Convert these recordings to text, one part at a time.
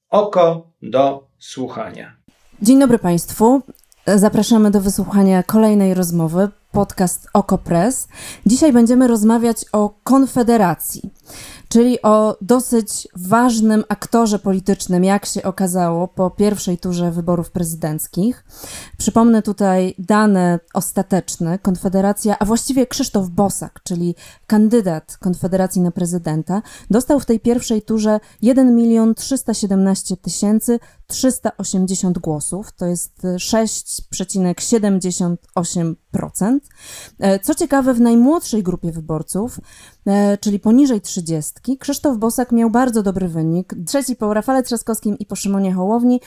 Oko do słuchania. Dzień dobry Państwu. Zapraszamy do wysłuchania kolejnej rozmowy, podcast Oko Press. Dzisiaj będziemy rozmawiać o Konfederacji, czyli o dosyć ważnym aktorze politycznym, jak się okazało, po pierwszej turze wyborów prezydenckich. Przypomnę tutaj dane ostateczne. Konfederacja, a właściwie Krzysztof Bosak, czyli kandydat Konfederacji na prezydenta, dostał w tej pierwszej turze 1 317 380 głosów. To jest 6,78%. Co ciekawe, w najmłodszej grupie wyborców, czyli poniżej 30, Krzysztof Bosak miał bardzo dobry wynik. Trzeci po Rafale Trzaskowskim i po Szymonie Hołowni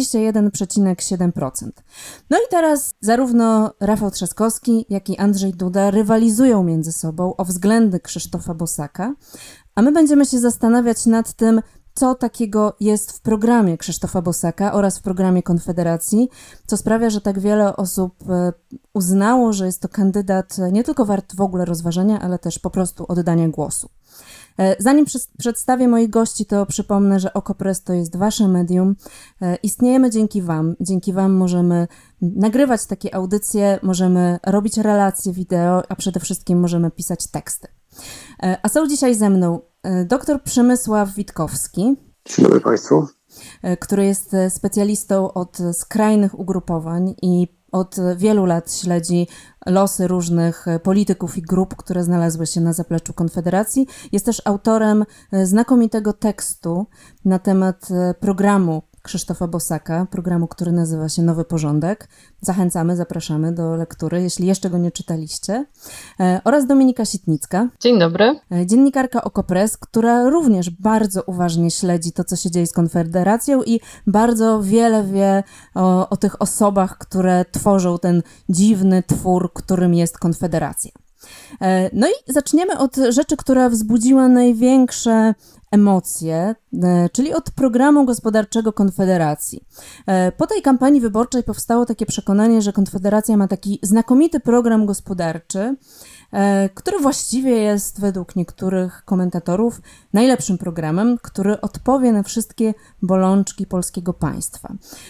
21,7%. No i teraz zarówno Rafał Trzaskowski, jak i Andrzej Duda rywalizują między sobą o względy Krzysztofa Bosaka, a my będziemy się zastanawiać nad tym, co takiego jest w programie Krzysztofa Bosaka oraz w programie Konfederacji, co sprawia, że tak wiele osób uznało, że jest to kandydat nie tylko wart w ogóle rozważenia, ale też po prostu oddania głosu. Zanim przedstawię moich gości, to przypomnę, że Oko Press to jest wasze medium. Istniejemy dzięki wam. Dzięki wam możemy nagrywać takie audycje, możemy robić relacje wideo, a przede wszystkim możemy pisać teksty. A są dzisiaj ze mną dr Przemysław Witkowski. Dzień dobry Państwu. Który jest specjalistą od skrajnych ugrupowań i od wielu lat śledzi losy różnych polityków i grup, które znalazły się na zapleczu Konfederacji. Jest też autorem znakomitego tekstu na temat programu Krzysztofa Bosaka, programu, który nazywa się Nowy Porządek. Zachęcamy, zapraszamy do lektury, jeśli jeszcze go nie czytaliście. Oraz Dominika Sitnicka. Dzień dobry. Dziennikarka Oko Press, która również bardzo uważnie śledzi to, co się dzieje z Konfederacją i bardzo wiele wie o tych osobach, które tworzą ten dziwny twór, którym jest Konfederacja. No i zaczniemy od rzeczy, która wzbudziła największe emocje, czyli od programu gospodarczego Konfederacji. Po tej kampanii wyborczej powstało takie przekonanie, że Konfederacja ma taki znakomity program gospodarczy, który właściwie jest według niektórych komentatorów najlepszym programem, który odpowie na wszystkie bolączki polskiego państwa.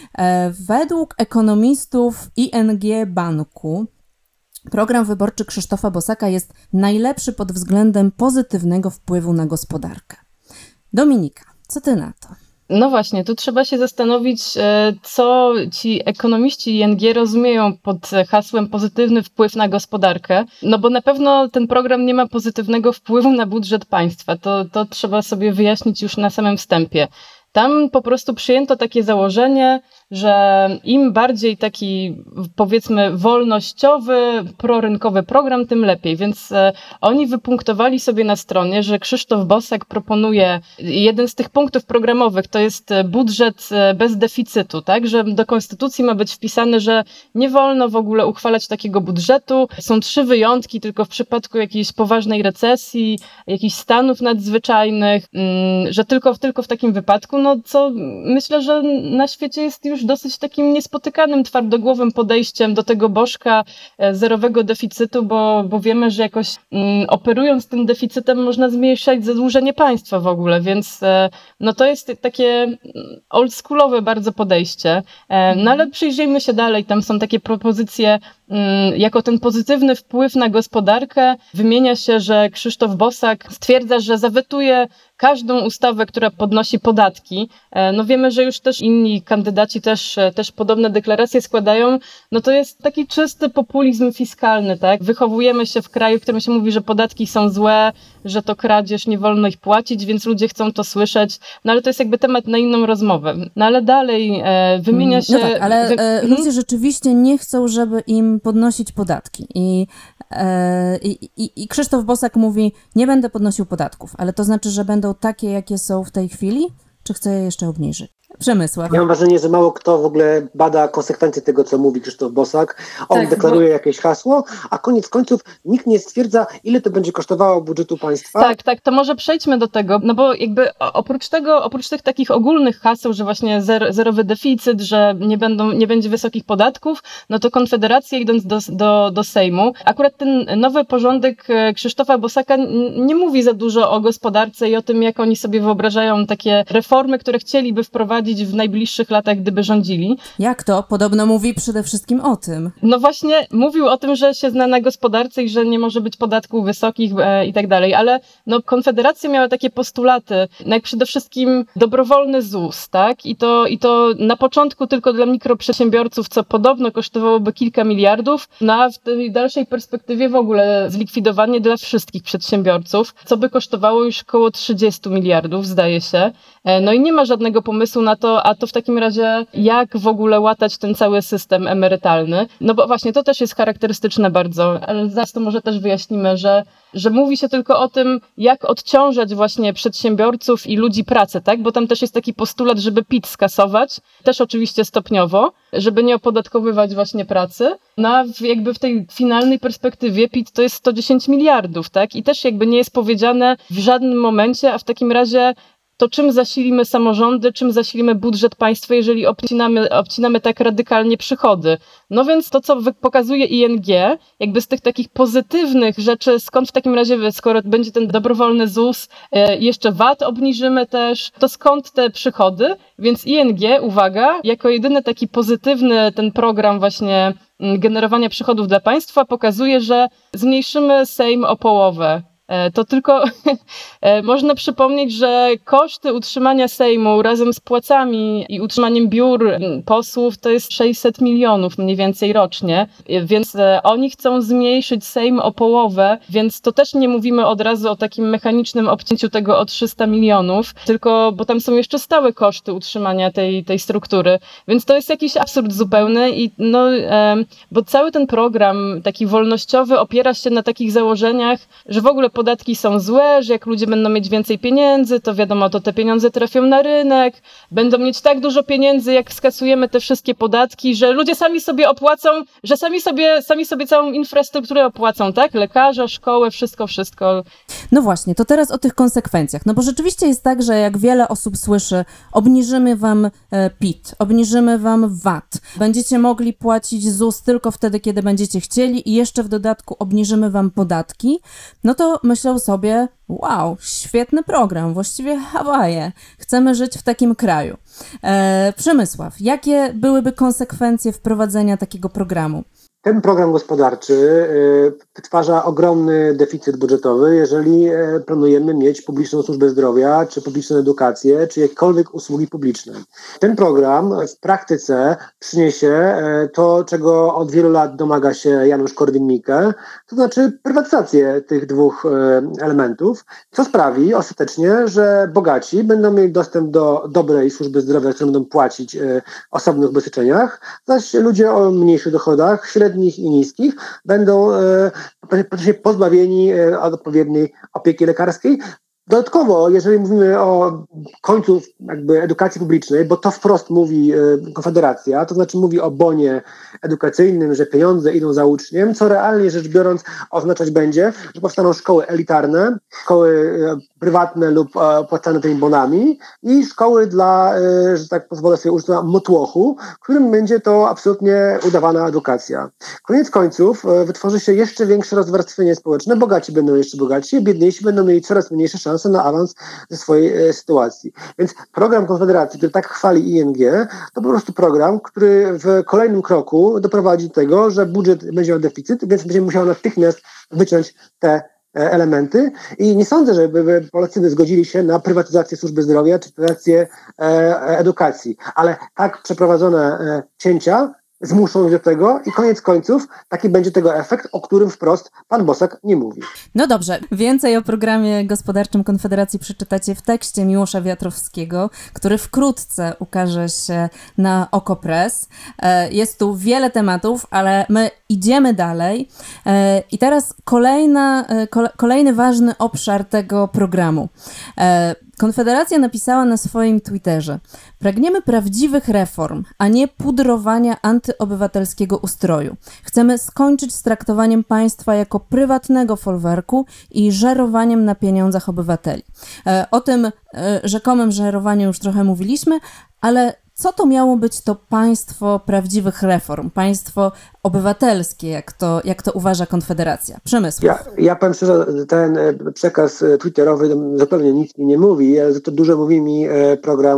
Według ekonomistów ING Banku program wyborczy Krzysztofa Bosaka jest najlepszy pod względem pozytywnego wpływu na gospodarkę. Dominika, co ty na to? No właśnie, tu trzeba się zastanowić, co ci ekonomiści ING rozumieją pod hasłem pozytywny wpływ na gospodarkę, no bo na pewno ten program nie ma pozytywnego wpływu na budżet państwa, to trzeba sobie wyjaśnić już na samym wstępie. Tam po prostu przyjęto takie założenie, że im bardziej taki, powiedzmy, wolnościowy, prorynkowy program, tym lepiej. Więc oni wypunktowali sobie na stronie, że Krzysztof Bosak proponuje jeden z tych punktów programowych, to jest budżet bez deficytu, tak? Że do konstytucji ma być wpisane, że nie wolno w ogóle uchwalać takiego budżetu. Są 3 wyjątki, tylko w przypadku jakiejś poważnej recesji, jakichś stanów nadzwyczajnych, że tylko w takim wypadku, no co myślę, że na świecie jest już dosyć takim niespotykanym, twardogłowym podejściem do tego bożka zerowego deficytu, bo wiemy, że jakoś operując tym deficytem można zmniejszać zadłużenie państwa w ogóle, więc no to jest takie oldschoolowe bardzo podejście. No ale przyjrzyjmy się dalej, tam są takie propozycje, jako ten pozytywny wpływ na gospodarkę wymienia się, że Krzysztof Bosak stwierdza, że zawetuje każdą ustawę, która podnosi podatki. No wiemy, że już też inni kandydaci też podobne deklaracje składają. No to jest taki czysty populizm fiskalny, tak? Wychowujemy się w kraju, w którym się mówi, że podatki są złe, że to kradzież, nie wolno ich płacić, więc ludzie chcą to słyszeć. No ale to jest jakby temat na inną rozmowę. No ale dalej wymienia się... No tak, ale ludzie rzeczywiście nie chcą, żeby im podnosić podatki. I Krzysztof Bosak mówi, nie będę podnosił podatków, ale to znaczy, że będą takie, jakie są w tej chwili? Czy chce je jeszcze obniżyć? Przemysław. Ja mam wrażenie, że mało kto w ogóle bada konsekwencje tego, co mówi Krzysztof Bosak. On Tak, deklaruje jakieś hasło, a koniec końców nikt nie stwierdza, ile to będzie kosztowało budżetu państwa. Tak, to może przejdźmy do tego, no bo jakby oprócz tych takich ogólnych haseł, że właśnie zerowy deficyt, że nie będzie wysokich podatków, no to Konfederacja, idąc do Sejmu, akurat ten nowy porządek Krzysztofa Bosaka nie mówi za dużo o gospodarce i o tym, jak oni sobie wyobrażają takie reformy, które chcieliby wprowadzić wprowadzić w najbliższych latach, gdyby rządzili. Jak to? Podobno mówi przede wszystkim o tym. No właśnie, mówił o tym, że się zna na gospodarce i że nie może być podatków wysokich i tak dalej, ale no Konfederacja miała takie postulaty, no jak przede wszystkim dobrowolny ZUS, tak? I to na początku tylko dla mikroprzedsiębiorców, co podobno kosztowałoby kilka miliardów, no a w tej dalszej perspektywie w ogóle zlikwidowanie dla wszystkich przedsiębiorców, co by kosztowało już około 30 miliardów, zdaje się. No i nie ma żadnego pomysłu na to, a to w takim razie jak w ogóle łatać ten cały system emerytalny. No bo właśnie to też jest charakterystyczne bardzo, ale zaraz to może też wyjaśnimy, że mówi się tylko o tym, jak odciążać właśnie przedsiębiorców i ludzi pracę, tak? Bo tam też jest taki postulat, żeby PIT skasować, też oczywiście stopniowo, żeby nie opodatkowywać właśnie pracy. No a jakby w tej finalnej perspektywie PIT to jest 110 miliardów, tak? I też jakby nie jest powiedziane w żadnym momencie, a w takim razie to czym zasilimy samorządy, czym zasilimy budżet państwa, jeżeli obcinamy tak radykalnie przychody. No więc to, co pokazuje ING, jakby z tych takich pozytywnych rzeczy, skąd w takim razie, skoro będzie ten dobrowolny ZUS, jeszcze VAT obniżymy też, to skąd te przychody? Więc ING, uwaga, jako jedyny taki pozytywny ten program właśnie generowania przychodów dla państwa pokazuje, że zmniejszymy Sejm o połowę. To tylko można przypomnieć, że koszty utrzymania Sejmu razem z płacami i utrzymaniem biur posłów to jest 600 milionów mniej więcej rocznie, więc oni chcą zmniejszyć Sejm o połowę, więc to też nie mówimy od razu o takim mechanicznym obcięciu tego o 300 milionów, tylko bo tam są jeszcze stałe koszty utrzymania tej struktury, więc to jest jakiś absurd zupełny i bo cały ten program taki wolnościowy opiera się na takich założeniach, że w ogóle podatki są złe, że jak ludzie będą mieć więcej pieniędzy, to wiadomo, to te pieniądze trafią na rynek, będą mieć tak dużo pieniędzy, jak skasujemy te wszystkie podatki, że ludzie sami sobie opłacą, że sami sobie całą infrastrukturę opłacą, tak? Lekarze, szkołę, wszystko. No właśnie, to teraz o tych konsekwencjach. No bo rzeczywiście jest tak, że jak wiele osób słyszy, obniżymy wam PIT, obniżymy wam VAT, będziecie mogli płacić ZUS tylko wtedy, kiedy będziecie chcieli i jeszcze w dodatku obniżymy wam podatki, no to myślą sobie, wow, świetny program, właściwie Hawaje, chcemy żyć w takim kraju. Przemysław, jakie byłyby konsekwencje wprowadzenia takiego programu? Ten program gospodarczy wytwarza ogromny deficyt budżetowy, jeżeli planujemy mieć publiczną służbę zdrowia, czy publiczną edukację, czy jakiekolwiek usługi publiczne. Ten program w praktyce przyniesie to, czego od wielu lat domaga się Janusz Korwin-Mikke, to znaczy prywatyzację tych dwóch elementów, co sprawi ostatecznie, że bogaci będą mieli dostęp do dobrej służby zdrowia, którą będą płacić w osobnych ubezpieczeniach, zaś ludzie o mniejszych dochodach, średnich i niskich, będą pozbawieni odpowiedniej opieki lekarskiej. Dodatkowo, jeżeli mówimy o końcu jakby edukacji publicznej, bo to wprost mówi Konfederacja, to znaczy mówi o bonie edukacyjnym, że pieniądze idą za uczniem, co realnie rzecz biorąc oznaczać będzie, że powstaną szkoły elitarne, szkoły prywatne lub opłacane tymi bonami i szkoły dla, że tak pozwolę sobie użyć, motłochu, w którym będzie to absolutnie udawana edukacja. Koniec końców wytworzy się jeszcze większe rozwarstwienie społeczne, bogaci będą jeszcze bogatsi, biedniejsi będą mieli coraz mniejsze szanse na awans ze swojej sytuacji. Więc program Konfederacji, który tak chwali ING, to po prostu program, który w kolejnym kroku doprowadzi do tego, że budżet będzie miał deficyt, więc będzie musiał natychmiast wyciąć te elementy i nie sądzę, żeby Polacy by zgodzili się na prywatyzację służby zdrowia czy prywatyzację edukacji, ale tak przeprowadzone cięcia zmuszą do tego i koniec końców taki będzie tego efekt, o którym wprost pan Bosak nie mówi. No dobrze, więcej o programie gospodarczym Konfederacji przeczytacie w tekście Miłosza Wiatrowskiego, który wkrótce ukaże się na Okopres. Jest tu wiele tematów, ale my idziemy dalej. I teraz kolejny ważny obszar tego programu. Konfederacja napisała na swoim Twitterze: pragniemy prawdziwych reform, a nie pudrowania antyobywatelskiego ustroju. Chcemy skończyć z traktowaniem państwa jako prywatnego folwarku i żerowaniem na pieniądzach obywateli. O tym rzekomym żerowaniu już trochę mówiliśmy, ale co to miało być to państwo prawdziwych reform, państwo obywatelskie, jak to uważa Konfederacja? Przemysław. Ja powiem szczerze, ten przekaz twitterowy zupełnie nic mi nie mówi, ale za to dużo mówi mi program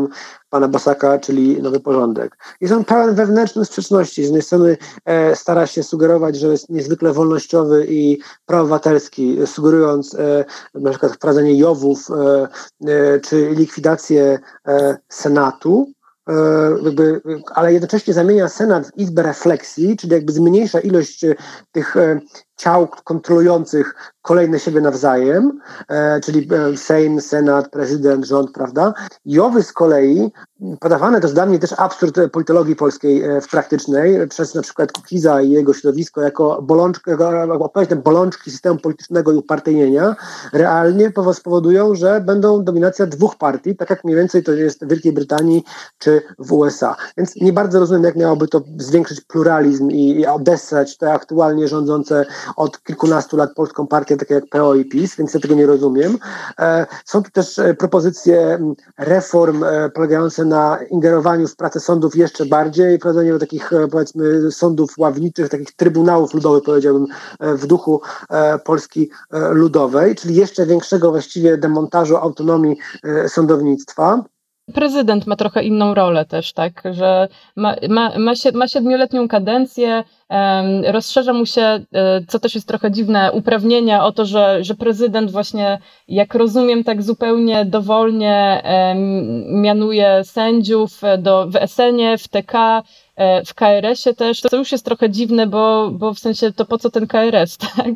pana Bosaka, czyli Nowy Porządek. Jest on pełen wewnętrznych sprzeczności. Z jednej strony stara się sugerować, że jest niezwykle wolnościowy i proobywatelski, sugerując na przykład wprowadzenie JOW-ów czy likwidację Senatu, ale jednocześnie zamienia Senat w izbę refleksji, czyli jakby zmniejsza ilość tych ciał kontrolujących kolejne siebie nawzajem, czyli Sejm, Senat, prezydent, rząd, prawda? JOW-y z kolei, podawane to jest dla mnie też absurd politologii polskiej w praktycznej, przez na przykład Kukiza i jego środowisko jako odpowiedź na bolączki systemu politycznego i upartyjnienia, realnie spowodują, że będą dominacja dwóch partii, tak jak mniej więcej to jest w Wielkiej Brytanii czy w USA. Więc nie bardzo rozumiem, jak miałoby to zwiększyć pluralizm i odessać te aktualnie rządzące od kilkunastu lat polską partię, takie jak PO i PiS, więc ja tego nie rozumiem. Są tu też propozycje reform polegające na ingerowaniu w pracę sądów jeszcze bardziej, prowadzeniu takich, powiedzmy, sądów ławniczych, takich trybunałów ludowych, powiedziałbym, w duchu Polski ludowej, czyli jeszcze większego właściwie demontażu autonomii sądownictwa. Prezydent ma trochę inną rolę też, tak, że ma 7-letnią kadencję, rozszerza mu się, co też jest trochę dziwne, uprawnienia o to, że prezydent właśnie, jak rozumiem, tak zupełnie dowolnie mianuje sędziów w SN-ie, w TK, w KRS-ie też. To już jest trochę dziwne, bo w sensie to po co ten KRS, tak?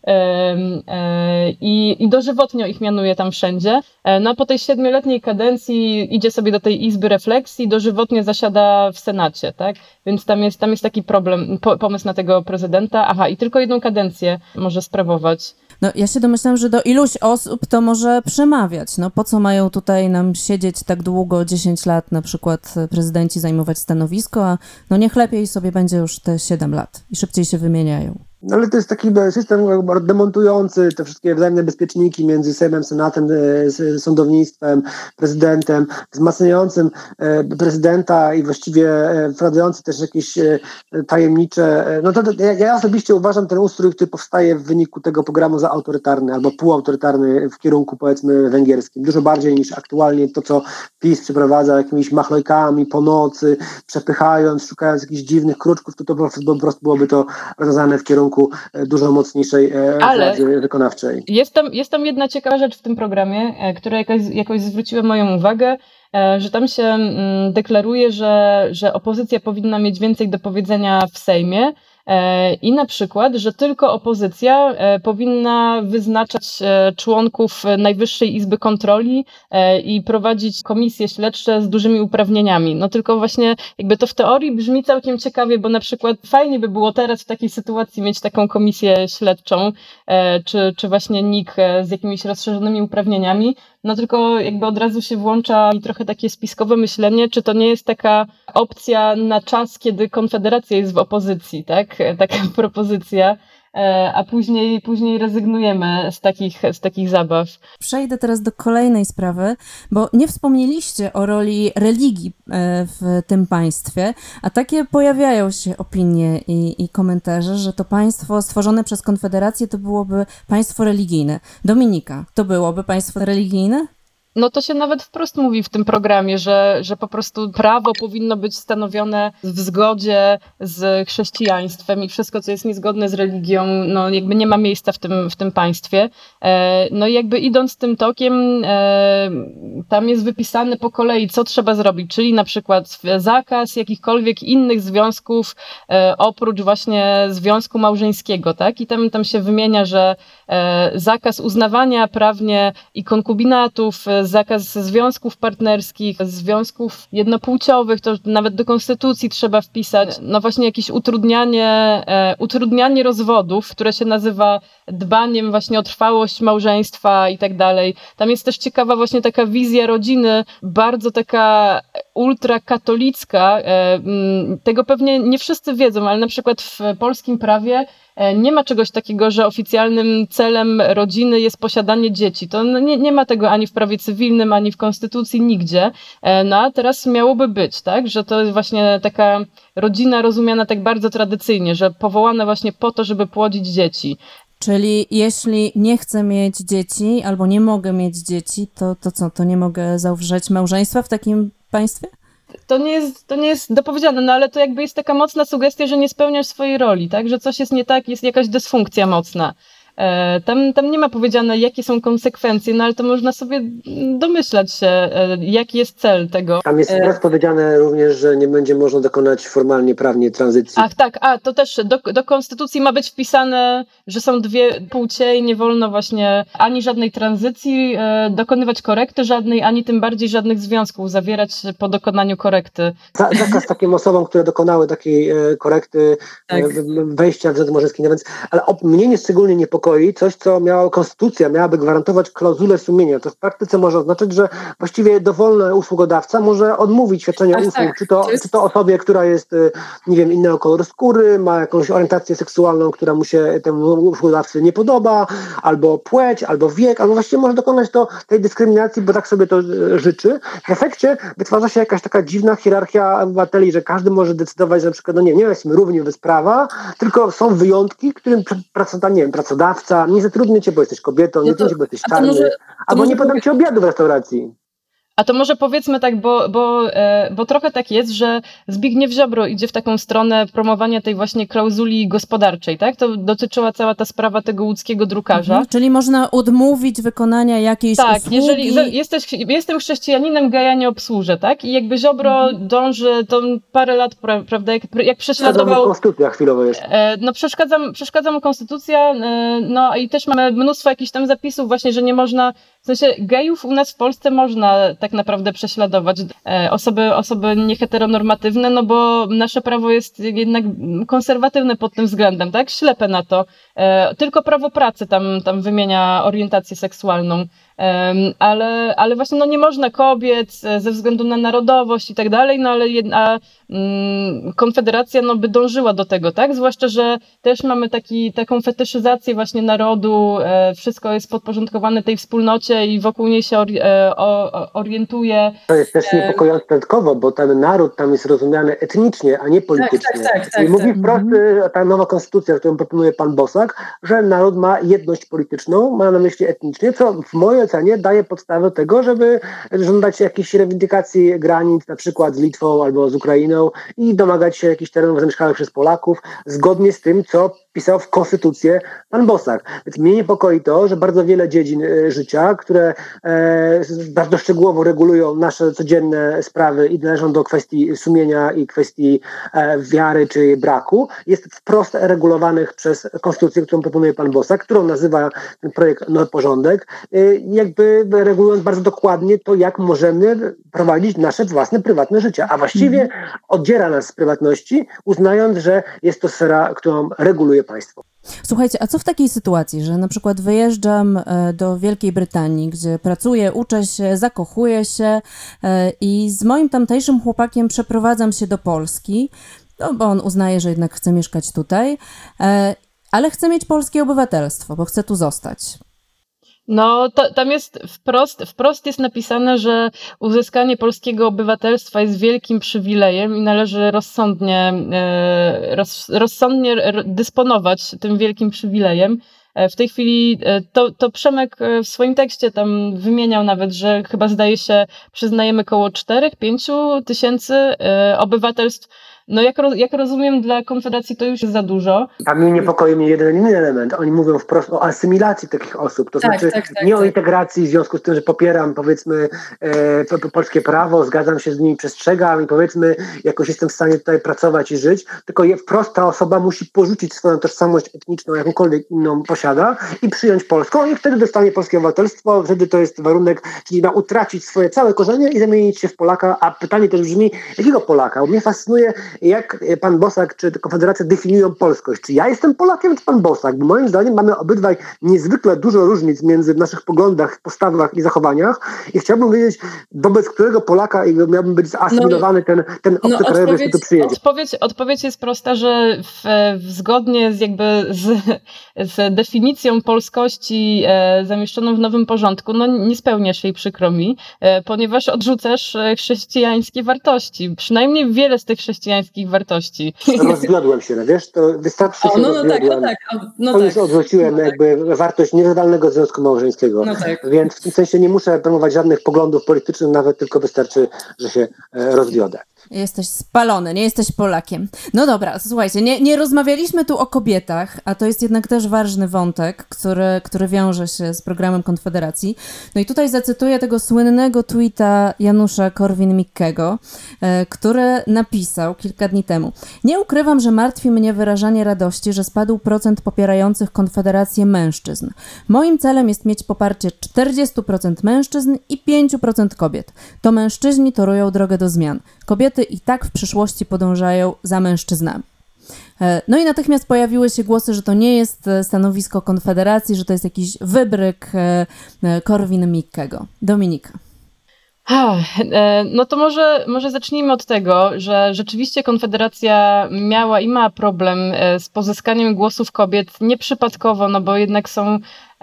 I dożywotnio ich mianuje tam wszędzie. No a po tej 7-letniej kadencji idzie sobie do tej izby refleksji, dożywotnie zasiada w Senacie, tak? Więc tam jest taki pomysł na tego prezydenta. Aha, i tylko jedną kadencję może sprawować. No ja się domyślam, że do iluś osób to może przemawiać. No po co mają tutaj nam siedzieć tak długo, 10 lat na przykład prezydenci zajmować stanowisko, a no niech lepiej sobie będzie już te 7 lat i szybciej się wymieniają. No ale to jest taki system demontujący te wszystkie wzajemne bezpieczniki między Sejmem, Senatem, sądownictwem, prezydentem, wzmacniającym prezydenta i właściwie wprowadzający też jakieś tajemnicze... No to ja osobiście uważam ten ustrój, który powstaje w wyniku tego programu za autorytarny albo półautorytarny w kierunku, powiedzmy, węgierskim. Dużo bardziej niż aktualnie to, co PiS przeprowadza jakimiś machlojkami po nocy, przepychając, szukając jakichś dziwnych kruczków, to po prostu byłoby to rozwiązane w kierunku dużo mocniejszej władzy wykonawczej. Jest tam jedna ciekawa rzecz w tym programie, która jakoś zwróciła moją uwagę, że tam się deklaruje, że opozycja powinna mieć więcej do powiedzenia w Sejmie i na przykład, że tylko opozycja powinna wyznaczać członków Najwyższej Izby Kontroli i prowadzić komisje śledcze z dużymi uprawnieniami. No tylko właśnie jakby to w teorii brzmi całkiem ciekawie, bo na przykład fajnie by było teraz w takiej sytuacji mieć taką komisję śledczą, czy właśnie NIK z jakimiś rozszerzonymi uprawnieniami. No tylko jakby od razu się włącza trochę takie spiskowe myślenie, czy to nie jest taka opcja na czas, kiedy Konfederacja jest w opozycji, tak? Taka propozycja, a później rezygnujemy z takich zabaw. Przejdę teraz do kolejnej sprawy, bo nie wspomnieliście o roli religii w tym państwie, a takie pojawiają się opinie i komentarze, że to państwo stworzone przez Konfederację to byłoby państwo religijne. Dominika, to byłoby państwo religijne? No to się nawet wprost mówi w tym programie, że po prostu prawo powinno być stanowione w zgodzie z chrześcijaństwem i wszystko, co jest niezgodne z religią, no jakby nie ma miejsca w tym państwie. No i jakby idąc tym tokiem, tam jest wypisane po kolei, co trzeba zrobić, czyli na przykład zakaz jakichkolwiek innych związków oprócz właśnie związku małżeńskiego, tak? I tam się wymienia, że zakaz uznawania prawnie i konkubinatów, zakaz związków partnerskich, związków jednopłciowych, to nawet do konstytucji trzeba wpisać. No właśnie jakieś utrudnianie rozwodów, które się nazywa dbaniem właśnie o trwałość małżeństwa i tak dalej. Tam jest też ciekawa właśnie taka wizja rodziny, bardzo taka ultrakatolicka. Tego pewnie nie wszyscy wiedzą, ale na przykład w polskim prawie nie ma czegoś takiego, że oficjalnym celem rodziny jest posiadanie dzieci. To nie ma tego ani w prawie cywilnym, ani w konstytucji, nigdzie. No a teraz miałoby być, tak? Że to jest właśnie taka rodzina rozumiana tak bardzo tradycyjnie, że powołana właśnie po to, żeby płodzić dzieci. Czyli jeśli nie chcę mieć dzieci albo nie mogę mieć dzieci, to co? To nie mogę zawrzeć małżeństwa w takim państwie? To nie jest dopowiedziane, no ale to jakby jest taka mocna sugestia, że nie spełniasz swojej roli, tak? Że coś jest nie tak, jest jakaś dysfunkcja mocna. Tam nie ma powiedziane, jakie są konsekwencje, no ale to można sobie domyślać się, jaki jest cel tego. Tam jest wprost powiedziane również, że nie będzie można dokonać formalnie, prawnie tranzycji. Ach tak, to też do konstytucji ma być wpisane, że są dwie płcie i nie wolno właśnie ani żadnej tranzycji dokonywać korekty żadnej, ani tym bardziej żadnych związków zawierać po dokonaniu korekty. Zakaz takim osobom, które dokonały takiej korekty, Tak. wejścia w związek małżeński, więc, ale mnie szczególnie niepokoi coś, co konstytucja miałaby gwarantować klauzulę sumienia. To w praktyce może oznaczać, że właściwie dowolny usługodawca może odmówić świadczenia usług, czy to osobie, która jest, nie wiem, innego koloru skóry, ma jakąś orientację seksualną, która mu się temu usługodawcy nie podoba, albo płeć, albo wiek, albo właściwie może dokonać tej dyskryminacji, bo tak sobie to życzy. W efekcie wytwarza się jakaś taka dziwna hierarchia obywateli, że każdy może decydować, że na przykład, nie jesteśmy równi wobec prawa, tylko są wyjątki, którym pracodawca nie zatrudnię cię, bo jesteś kobietą, nie zatrudnię cię, bo jesteś czarny, albo nie podam ci obiadu w restauracji. A to może powiedzmy tak, bo trochę tak jest, że Zbigniew Ziobro idzie w taką stronę promowania tej właśnie klauzuli gospodarczej, tak? To dotyczyła cała ta sprawa tego łódzkiego drukarza. Czyli można odmówić wykonania jakiejś usługi. Tak, jeżeli jestem chrześcijaninem, geja nie obsłużę, tak? I jakby Ziobro dąży, to parę lat, prawda, jak prześladował... Konstytucja chwilowo jeszcze. No przeszkadza mu konstytucja, no i też mamy mnóstwo jakichś tam zapisów właśnie, że nie można, w sensie gejów u nas w Polsce można tak naprawdę prześladować, osoby nieheteronormatywne, no bo nasze prawo jest jednak konserwatywne pod tym względem, tak? Ślepe na to. Tylko prawo pracy tam wymienia orientację seksualną. Ale właśnie nie można kobiet ze względu na narodowość i tak dalej, no ale Konfederacja by dążyła do tego, tak? Zwłaszcza, że też mamy taką fetyszyzację właśnie narodu, wszystko jest podporządkowane tej wspólnocie i wokół niej się orientuje. To jest też niepokojące dodatkowo, bo ten naród tam jest rozumiany etnicznie, a nie politycznie. Tak, I mówi wprost ta nowa konstytucja, którą proponuje pan Bosak, że naród ma jedność polityczną, ma na myśli etnicznie, co w mojej ocenie daje podstawę do tego, żeby żądać jakiejś reivindykacji granic, na przykład z Litwą albo z Ukrainą i domagać się jakichś terenów zamieszkanych przez Polaków, zgodnie z tym, co pisał w konstytucję pan Bosak. Więc mnie niepokoi to, że bardzo wiele dziedzin życia, które bardzo szczegółowo regulują nasze codzienne sprawy i należą do kwestii sumienia i kwestii wiary czy jej braku, jest wprost regulowanych przez konstytucję, którą proponuje pan Bosak, którą nazywa ten projekt Nowy Porządek, jakby regulując bardzo dokładnie to, jak możemy prowadzić nasze własne, prywatne życie, a właściwie oddziela nas z prywatności, uznając, że jest to sfera, którą reguluje państwo. Słuchajcie, a co w takiej sytuacji, że na przykład wyjeżdżam do Wielkiej Brytanii, gdzie pracuję, uczę się, zakochuję się i z moim tamtejszym chłopakiem przeprowadzam się do Polski, bo on uznaje, że jednak chce mieszkać tutaj, ale chce mieć polskie obywatelstwo, bo chce tu zostać. No, tam jest wprost jest napisane, że uzyskanie polskiego obywatelstwa jest wielkim przywilejem i należy rozsądnie dysponować tym wielkim przywilejem. W tej chwili to Przemek w swoim tekście tam wymieniał nawet, że chyba zdaje się przyznajemy około 4-5 tysięcy obywatelstw. No jak rozumiem, dla Konfederacji to już jest za dużo. A mnie niepokoi mnie jeden inny element. Oni mówią wprost o asymilacji takich osób. To znaczy nie o integracji w związku z tym, że popieram, powiedzmy, polskie prawo, zgadzam się z nimi, przestrzegam i powiedzmy, jakoś jestem w stanie tutaj pracować i żyć, tylko wprost ta osoba musi porzucić swoją tożsamość etniczną, jakąkolwiek inną posiada i przyjąć polską i wtedy dostanie polskie obywatelstwo. Wtedy to jest warunek, czyli ma utracić swoje całe korzenie i zamienić się w Polaka. A pytanie też brzmi, jakiego Polaka? Bo mnie fascynuje, jak pan Bosak czy Konfederacja definiują polskość. Czy ja jestem Polakiem, czy pan Bosak? Bo moim zdaniem mamy obydwaj niezwykle dużo różnic między naszych poglądach, postawach i zachowaniach i chciałbym wiedzieć, wobec którego Polaka miałbym być zasymilowany ten obcokrajowiec, który tu przyjedzie. Odpowiedź jest prosta, że zgodnie z definicją polskości zamieszczoną w Nowym Porządku, nie spełniasz jej, przykro mi, ponieważ odrzucasz chrześcijańskie wartości. Przynajmniej wiele z tych chrześcijańskich chrześcijańskich wartości. Rozwiodłem się, wiesz, to wystarczy, że się rozwiodłem. No to tak. już odwróciłem jakby wartość nierozerwalnego związku małżeńskiego. No tak. Więc w tym sensie nie muszę promować żadnych poglądów politycznych, nawet tylko wystarczy, że się rozwiodę. Jesteś spalony, nie jesteś Polakiem. No dobra, słuchajcie, nie rozmawialiśmy tu o kobietach, a to jest jednak też ważny wątek, który wiąże się z programem Konfederacji. No i tutaj zacytuję tego słynnego tweeta Janusza Korwin-Mikkego, który napisał kilka dni temu: nie ukrywam, że martwi mnie wyrażanie radości, że spadł procent popierających Konfederację mężczyzn. Moim celem jest mieć poparcie 40% mężczyzn i 5% kobiet. To mężczyźni torują drogę do zmian. Kobiety i tak w przyszłości podążają za mężczyznami. No i natychmiast pojawiły się głosy, że to nie jest stanowisko Konfederacji, że to jest jakiś wybryk Korwin-Mikkego. Dominika. No to może zacznijmy od tego, że rzeczywiście Konfederacja miała i ma problem z pozyskaniem głosów kobiet nieprzypadkowo, no bo jednak są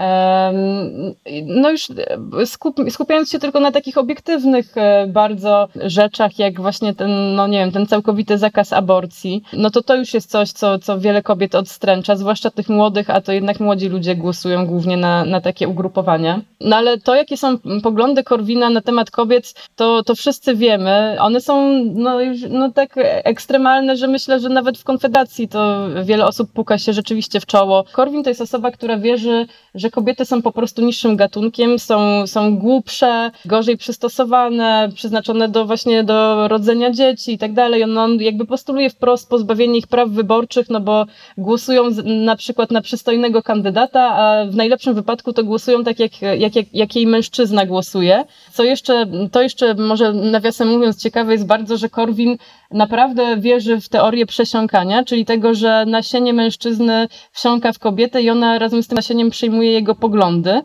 no już skupiając się tylko na takich obiektywnych bardzo rzeczach, jak właśnie ten, no nie wiem, ten całkowity zakaz aborcji, no to już jest coś, co wiele kobiet odstręcza, zwłaszcza tych młodych, a to jednak młodzi ludzie głosują głównie na takie ugrupowania. No ale to, jakie są poglądy Korwina na temat kobiet, to wszyscy wiemy. One są już tak ekstremalne, że myślę, że nawet w Konfederacji to wiele osób puka się rzeczywiście w czoło. Korwin to jest osoba, która wierzy, że kobiety są po prostu niższym gatunkiem, są głupsze, gorzej przystosowane, przeznaczone do rodzenia dzieci i tak dalej. On jakby postuluje wprost pozbawienie ich praw wyborczych, no bo głosują na przykład na przystojnego kandydata, a w najlepszym wypadku to głosują tak, jak jej mężczyzna głosuje. To jeszcze może nawiasem mówiąc ciekawe jest bardzo, że Korwin naprawdę wierzy w teorię przesiąkania, czyli tego, że nasienie mężczyzny wsiąka w kobietę i ona razem z tym nasieniem przyjmuje jego poglądy.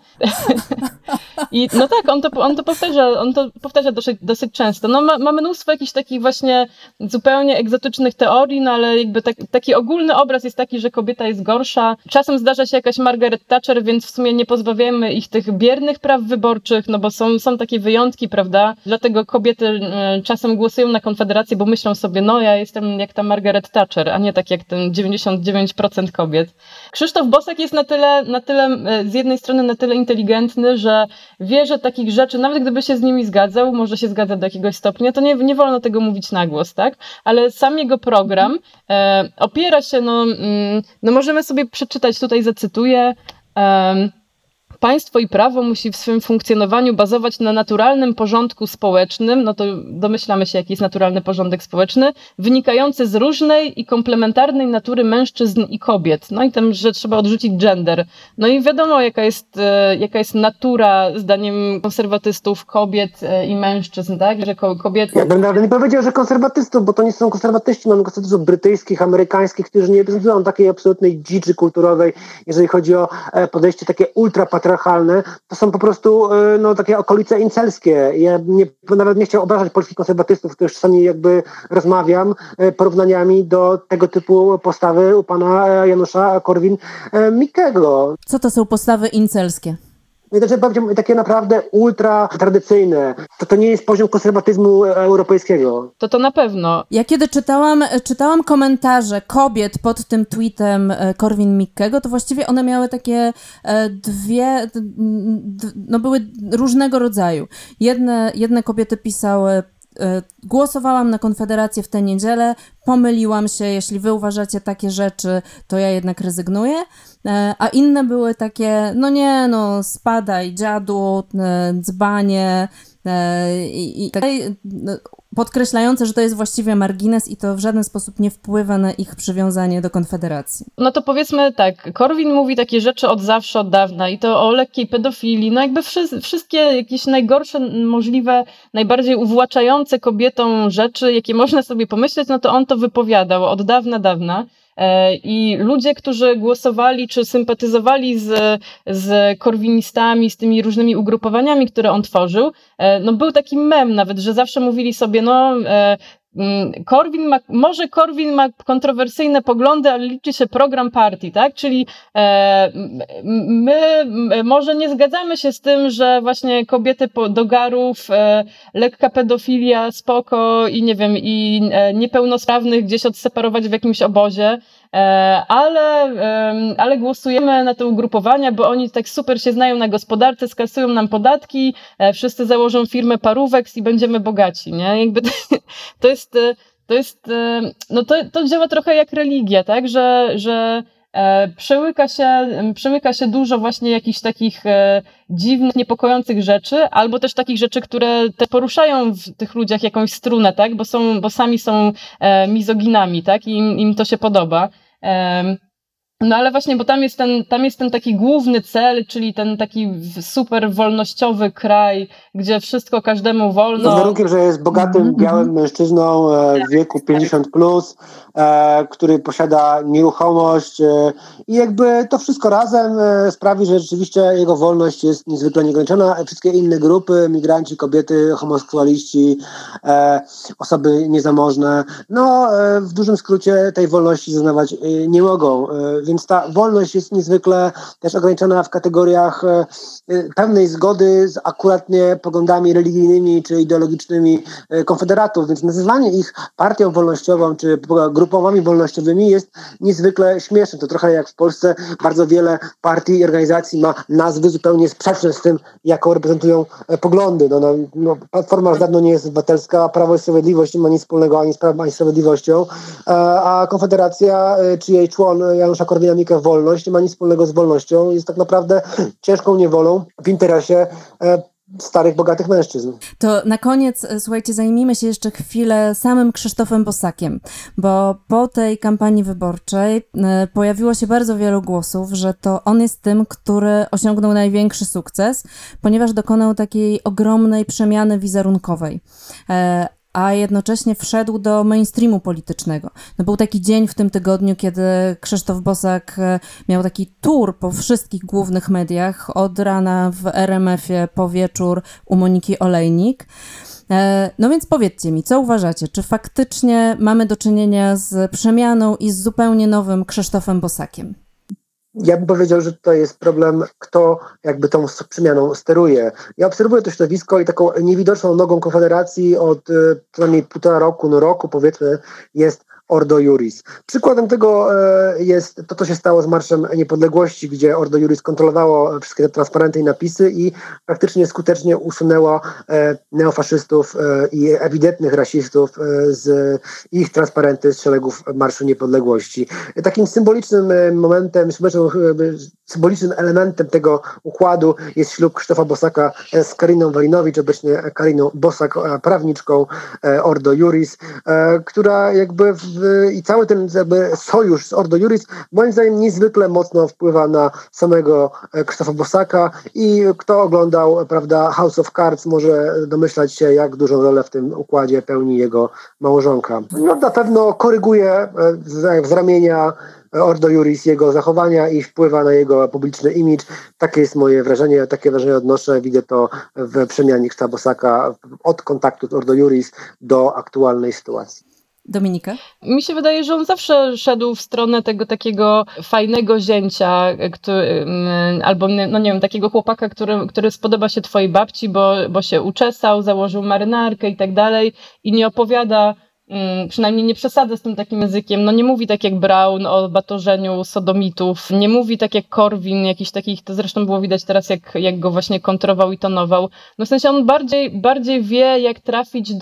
I no tak, on to powtarza dosyć często. No ma mnóstwo jakichś takich właśnie zupełnie egzotycznych teorii, no ale jakby taki ogólny obraz jest taki, że kobieta jest gorsza. Czasem zdarza się jakaś Margaret Thatcher, więc w sumie nie pozbawiamy ich tych biernych praw wyborczych, no bo są takie wyjątki, prawda? Dlatego kobiety czasem głosują na Konfederację, bo myślą sobie, no ja jestem jak ta Margaret Thatcher, a nie tak jak ten 99% kobiet. Krzysztof Bosak jest na tyle z jednej strony na tyle inteligentny, że wie, że takich rzeczy, nawet gdyby się z nimi zgadzał, może się zgadza do jakiegoś stopnia, to nie wolno tego mówić na głos, tak? Ale sam jego program opiera się, możemy sobie przeczytać, tutaj zacytuję, państwo i prawo musi w swym funkcjonowaniu bazować na naturalnym porządku społecznym, no to domyślamy się, jaki jest naturalny porządek społeczny, wynikający z różnej i komplementarnej natury mężczyzn i kobiet. No i tam, że trzeba odrzucić gender. No i wiadomo, jaka jest natura, zdaniem konserwatystów, kobiet i mężczyzn, tak? Że kobiety... Ja bym nawet nie powiedział, że konserwatystów, bo to nie są konserwatyści, mamy konserwatystów brytyjskich, amerykańskich, którzy nie reprezentują takiej absolutnej dziczy kulturowej, jeżeli chodzi o podejście takie ultrapatriarchalne. To są po prostu takie okolice incelskie. Ja nawet nie chciał obrażać polskich konserwatystów, których czasami jakby rozmawiam porównaniami do tego typu postawy u pana Janusza Korwin-Mikkego. Co to są postawy incelskie? Takie naprawdę ultra tradycyjne. To nie jest poziom konserwatyzmu europejskiego. To na pewno. Ja kiedy czytałam komentarze kobiet pod tym tweetem Korwin-Mikkego, to właściwie one miały takie były różnego rodzaju. Jedne kobiety pisały: głosowałam na Konfederację w tę niedzielę, pomyliłam się, jeśli wy uważacie takie rzeczy, to ja jednak rezygnuję. A inne były takie, spadaj dziadu, dzbanie i tak dalej, podkreślające, że to jest właściwie margines i to w żaden sposób nie wpływa na ich przywiązanie do Konfederacji. No to powiedzmy tak, Korwin mówi takie rzeczy od zawsze, od dawna i to o lekkiej pedofilii, no jakby wszystkie jakieś najgorsze możliwe, najbardziej uwłaczające kobietom rzeczy, jakie można sobie pomyśleć, no to on to wypowiadał od dawna. I ludzie, którzy głosowali czy sympatyzowali z korwinistami, z tymi różnymi ugrupowaniami, które on tworzył, był taki mem nawet, że zawsze mówili sobie, Korwin ma kontrowersyjne poglądy, ale liczy się program partii, tak? Czyli my może nie zgadzamy się z tym, że właśnie kobiety do garów, lekka pedofilia, spoko i nie wiem, i niepełnosprawnych gdzieś odseparować w jakimś obozie, ale głosujemy na te ugrupowania, bo oni tak super się znają na gospodarce, skasują nam podatki, wszyscy założą firmę Paróweks i będziemy bogaci, nie? Jakby to działa trochę jak religia, tak? Że przełyka się dużo właśnie jakichś takich dziwnych, niepokojących rzeczy, albo też takich rzeczy, które te poruszają w tych ludziach jakąś strunę, tak? Bo sami są mizoginami, tak? I im to się podoba. No ale właśnie, bo tam jest ten taki główny cel, czyli ten taki super wolnościowy kraj, gdzie wszystko każdemu wolno. Pod warunkiem, że jest bogatym, białym mężczyzną w wieku 50+, który posiada nieruchomość i jakby to wszystko razem sprawi, że rzeczywiście jego wolność jest niezwykle nieograniczona. Wszystkie inne grupy, migranci, kobiety, homoseksualiści, osoby niezamożne, w dużym skrócie tej wolności zaznawać nie mogą. Więc ta wolność jest niezwykle też ograniczona w kategoriach pewnej zgody z akuratnie poglądami religijnymi czy ideologicznymi konfederatów, więc nazywanie ich partią wolnościową czy grupami wolnościowymi jest niezwykle śmieszne. To trochę jak w Polsce bardzo wiele partii i organizacji ma nazwy zupełnie sprzeczne z tym, jaką reprezentują poglądy. Platforma już dawno nie jest obywatelska, Prawo i Sprawiedliwość nie ma nic wspólnego ani z prawem, ani z sprawiedliwością, a Konfederacja czy jej człon Janusza Korwina-Mikke Wolność nie ma nic wspólnego z wolnością. Jest tak naprawdę ciężką niewolą w interesie starych, bogatych mężczyzn. To na koniec, słuchajcie, zajmijmy się jeszcze chwilę samym Krzysztofem Bosakiem, bo po tej kampanii wyborczej pojawiło się bardzo wielu głosów, że to on jest tym, który osiągnął największy sukces, ponieważ dokonał takiej ogromnej przemiany wizerunkowej. A jednocześnie wszedł do mainstreamu politycznego. Był taki dzień w tym tygodniu, kiedy Krzysztof Bosak miał taki tour po wszystkich głównych mediach, od rana w RMF-ie, po wieczór u Moniki Olejnik. No więc powiedzcie mi, co uważacie? Czy faktycznie mamy do czynienia z przemianą i z zupełnie nowym Krzysztofem Bosakiem? Ja bym powiedział, że to jest problem, kto jakby tą przemianą steruje. Ja obserwuję to środowisko i taką niewidoczną nogą Konfederacji od przynajmniej 1,5 roku powiedzmy jest Ordo Iuris. Przykładem tego jest to, co się stało z Marszem Niepodległości, gdzie Ordo Iuris kontrolowało wszystkie te transparenty i napisy i praktycznie skutecznie usunęło neofaszystów i ewidentnych rasistów z ich transparenty z szeregów Marszu Niepodległości. Takim symbolicznym momentem, symbolicznym elementem tego układu jest ślub Krzysztofa Bosaka z Kariną Walinowicz, obecnie Kariną Bosak, prawniczką Ordo Iuris, która jakby i cały ten jakby sojusz z Ordo Iuris moim zdaniem niezwykle mocno wpływa na samego Krzysztofa Bosaka i kto oglądał, prawda, House of Cards może domyślać się, jak dużą rolę w tym układzie pełni jego małżonka. Na pewno koryguje z ramienia Ordo Iuris jego zachowania i wpływa na jego publiczny imidż. Takie jest moje wrażenie, takie wrażenie odnoszę. Widzę to w przemianie Krzysztofa Bosaka od kontaktu z Ordo Iuris do aktualnej sytuacji. Dominika? Mi się wydaje, że on zawsze szedł w stronę tego takiego fajnego zięcia, albo nie wiem, takiego chłopaka, który spodoba się twojej babci, bo się uczesał, założył marynarkę i tak dalej i nie opowiada, przynajmniej nie przesadza z tym takim językiem, nie mówi tak jak Braun o batorzeniu sodomitów, nie mówi tak jak Korwin, jakiś takich, to zresztą było widać teraz, jak go właśnie kontrował i tonował. W sensie on bardziej wie, jak trafić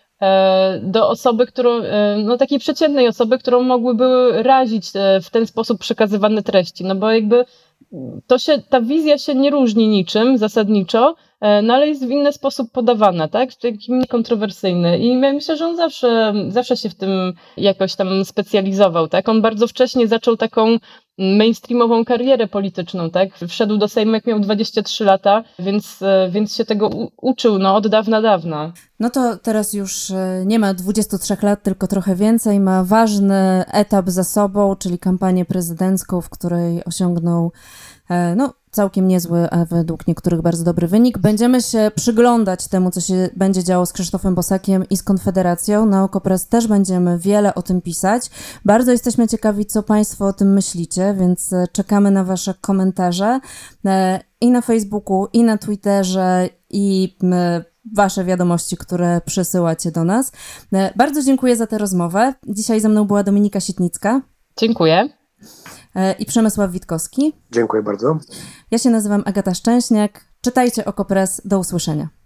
do osoby, takiej przeciętnej osoby, którą mogłyby razić w ten sposób przekazywane treści, bo jakby ta wizja się nie różni niczym zasadniczo, ale jest w inny sposób podawana, tak? Taki kontrowersyjny. I myślę, że on zawsze się w tym jakoś tam specjalizował, tak? On bardzo wcześnie zaczął taką mainstreamową karierę polityczną, tak? Wszedł do Sejmu, jak miał 23 lata, więc się tego uczył, od dawna. No to teraz już nie ma 23 lat, tylko trochę więcej. Ma ważny etap za sobą, czyli kampanię prezydencką, w której osiągnął całkiem niezły, a według niektórych bardzo dobry wynik. Będziemy się przyglądać temu, co się będzie działo z Krzysztofem Bosakiem i z Konfederacją. Na Okopres też będziemy wiele o tym pisać. Bardzo jesteśmy ciekawi, co Państwo o tym myślicie, więc czekamy na Wasze komentarze i na Facebooku, i na Twitterze, i Wasze wiadomości, które przesyłacie do nas. Bardzo dziękuję za tę rozmowę. Dzisiaj ze mną była Dominika Sitnicka. Dziękuję. I Przemysław Witkowski. Dziękuję bardzo. Ja się nazywam Agata Szczęśniak. Czytajcie Okopres. Do usłyszenia.